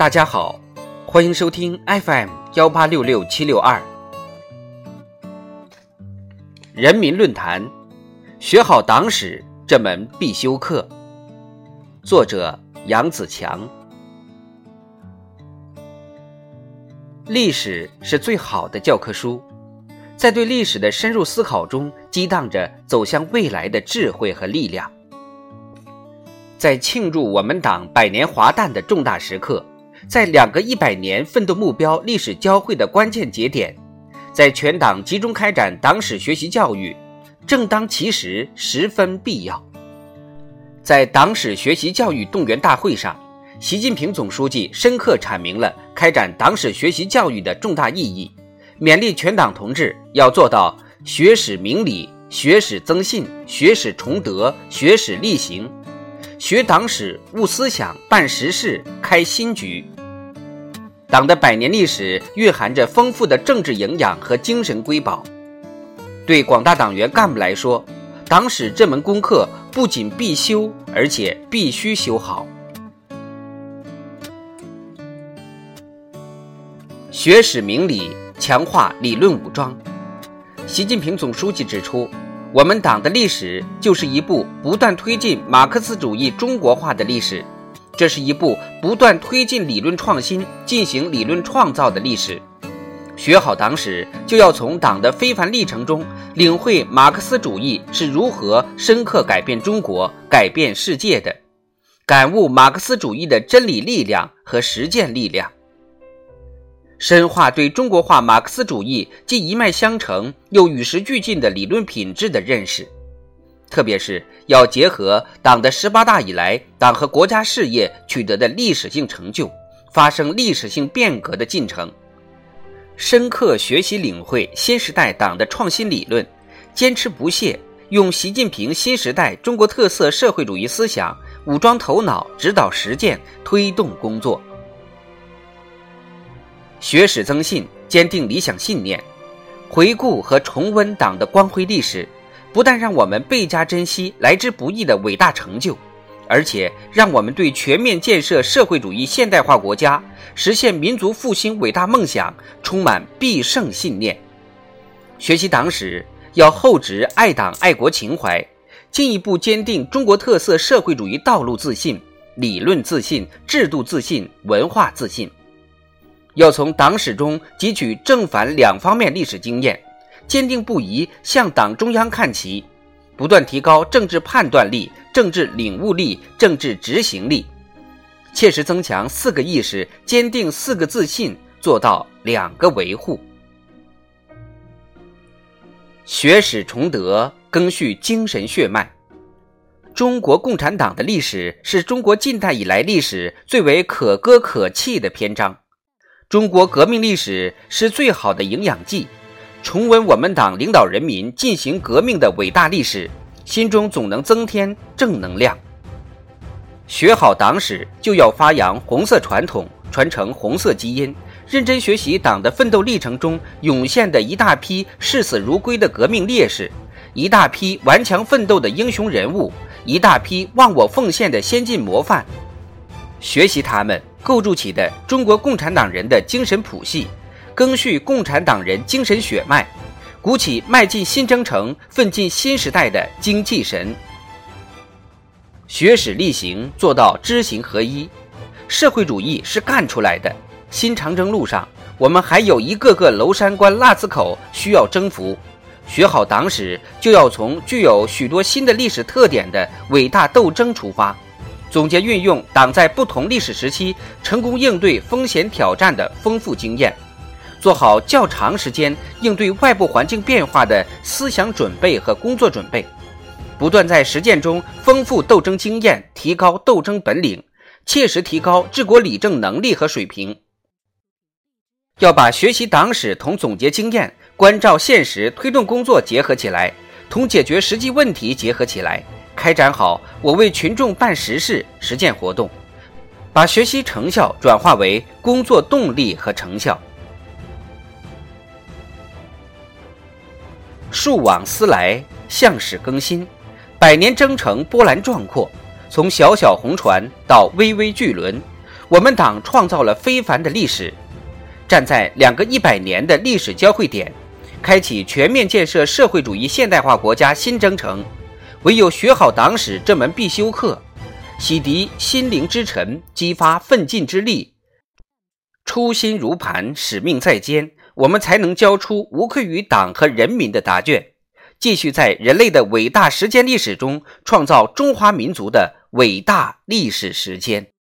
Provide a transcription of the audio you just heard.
大家好，欢迎收听 FM1866762 人民论坛，学好党史这门必修课。作者杨子强。历史是最好的教科书，在对历史的深入思考中激荡着走向未来的智慧和力量。在庆祝我们党100年华诞的重大时刻，在2个100年奋斗目标历史交汇的关键节点，在全党集中开展党史学习教育，正当其时，十分必要。在党史学习教育动员大会上，习近平总书记深刻阐明了开展党史学习教育的重大意义，勉励全党同志要做到学史明理、学史增信、学史崇德、学史力行，学党史悟思想办实事开新局。党的100年历史蕴含着丰富的政治营养和精神瑰宝，对广大党员干部来说，党史这门功课不仅必修，而且必须修好。学史明理，强化理论武装。习近平总书记指出，我们党的历史就是一部不断推进马克思主义中国化的历史，这是一部不断推进理论创新、进行理论创造的历史。学好党史，就要从党的非凡历程中领会马克思主义是如何深刻改变中国、改变世界的，感悟马克思主义的真理力量和实践力量，深化对中国化马克思主义既一脉相承又与时俱进的理论品质的认识。特别是要结合党的18大以来党和国家事业取得的历史性成就，发生历史性变革的进程，深刻学习领会新时代党的创新理论，坚持不懈用习近平新时代中国特色社会主义思想武装头脑，指导实践，推动工作。学史增信，坚定理想信念，回顾和重温党的光辉历史，不但让我们倍加珍惜来之不易的伟大成就，而且让我们对全面建设社会主义现代化国家、实现民族复兴伟大梦想充满必胜信念。学习党史要厚植爱党爱国情怀，进一步坚定中国特色社会主义道路自信、理论自信、制度自信、文化自信。要从党史中汲取正反2方面历史经验，坚定不移向党中央看齐，不断提高政治判断力、政治领悟力、政治执行力，切实增强4个意识，坚定4个自信，做到2个维护。学史崇德，赓续精神血脉。中国共产党的历史是中国近代以来历史最为可歌可泣的篇章，中国革命历史是最好的营养剂，重温我们党领导人民进行革命的伟大历史，心中总能增添正能量。学好党史，就要发扬红色传统，传承红色基因，认真学习党的奋斗历程中涌现的一大批视死如归的革命烈士，一大批顽强奋斗的英雄人物，一大批忘我奉献的先进模范。学习他们构筑起的中国共产党人的精神谱系，赓续共产党人精神血脉，鼓起迈进新征程、奋进新时代的精气神。学史力行，做到知行合一。社会主义是干出来的，新长征路上，我们还有一个个娄山关、腊子口需要征服。学好党史，就要从具有许多新的历史特点的伟大斗争出发，总结运用党在不同历史时期成功应对风险挑战的丰富经验，做好较长时间应对外部环境变化的思想准备和工作准备，不断在实践中丰富斗争经验，提高斗争本领，切实提高治国理政能力和水平。要把学习党史同总结经验、关照现实推动工作结合起来，同解决实际问题结合起来，开展好我为群众办实事实践活动，把学习成效转化为工作动力和成效。溯往思来，向史更新，100年征程波澜壮阔，从小小红船到巍巍巨轮， 我们党创造了非凡的历史，站在2个100年的历史交汇点，开启全面建设社会主义现代化国家新征程。唯有学好党史这门必修课，洗涤心灵之尘，激发奋进之力，初心如磐，使命在肩，我们才能交出无愧于党和人民的答卷，继续在人类的伟大时间历史中创造中华民族的伟大历史时间。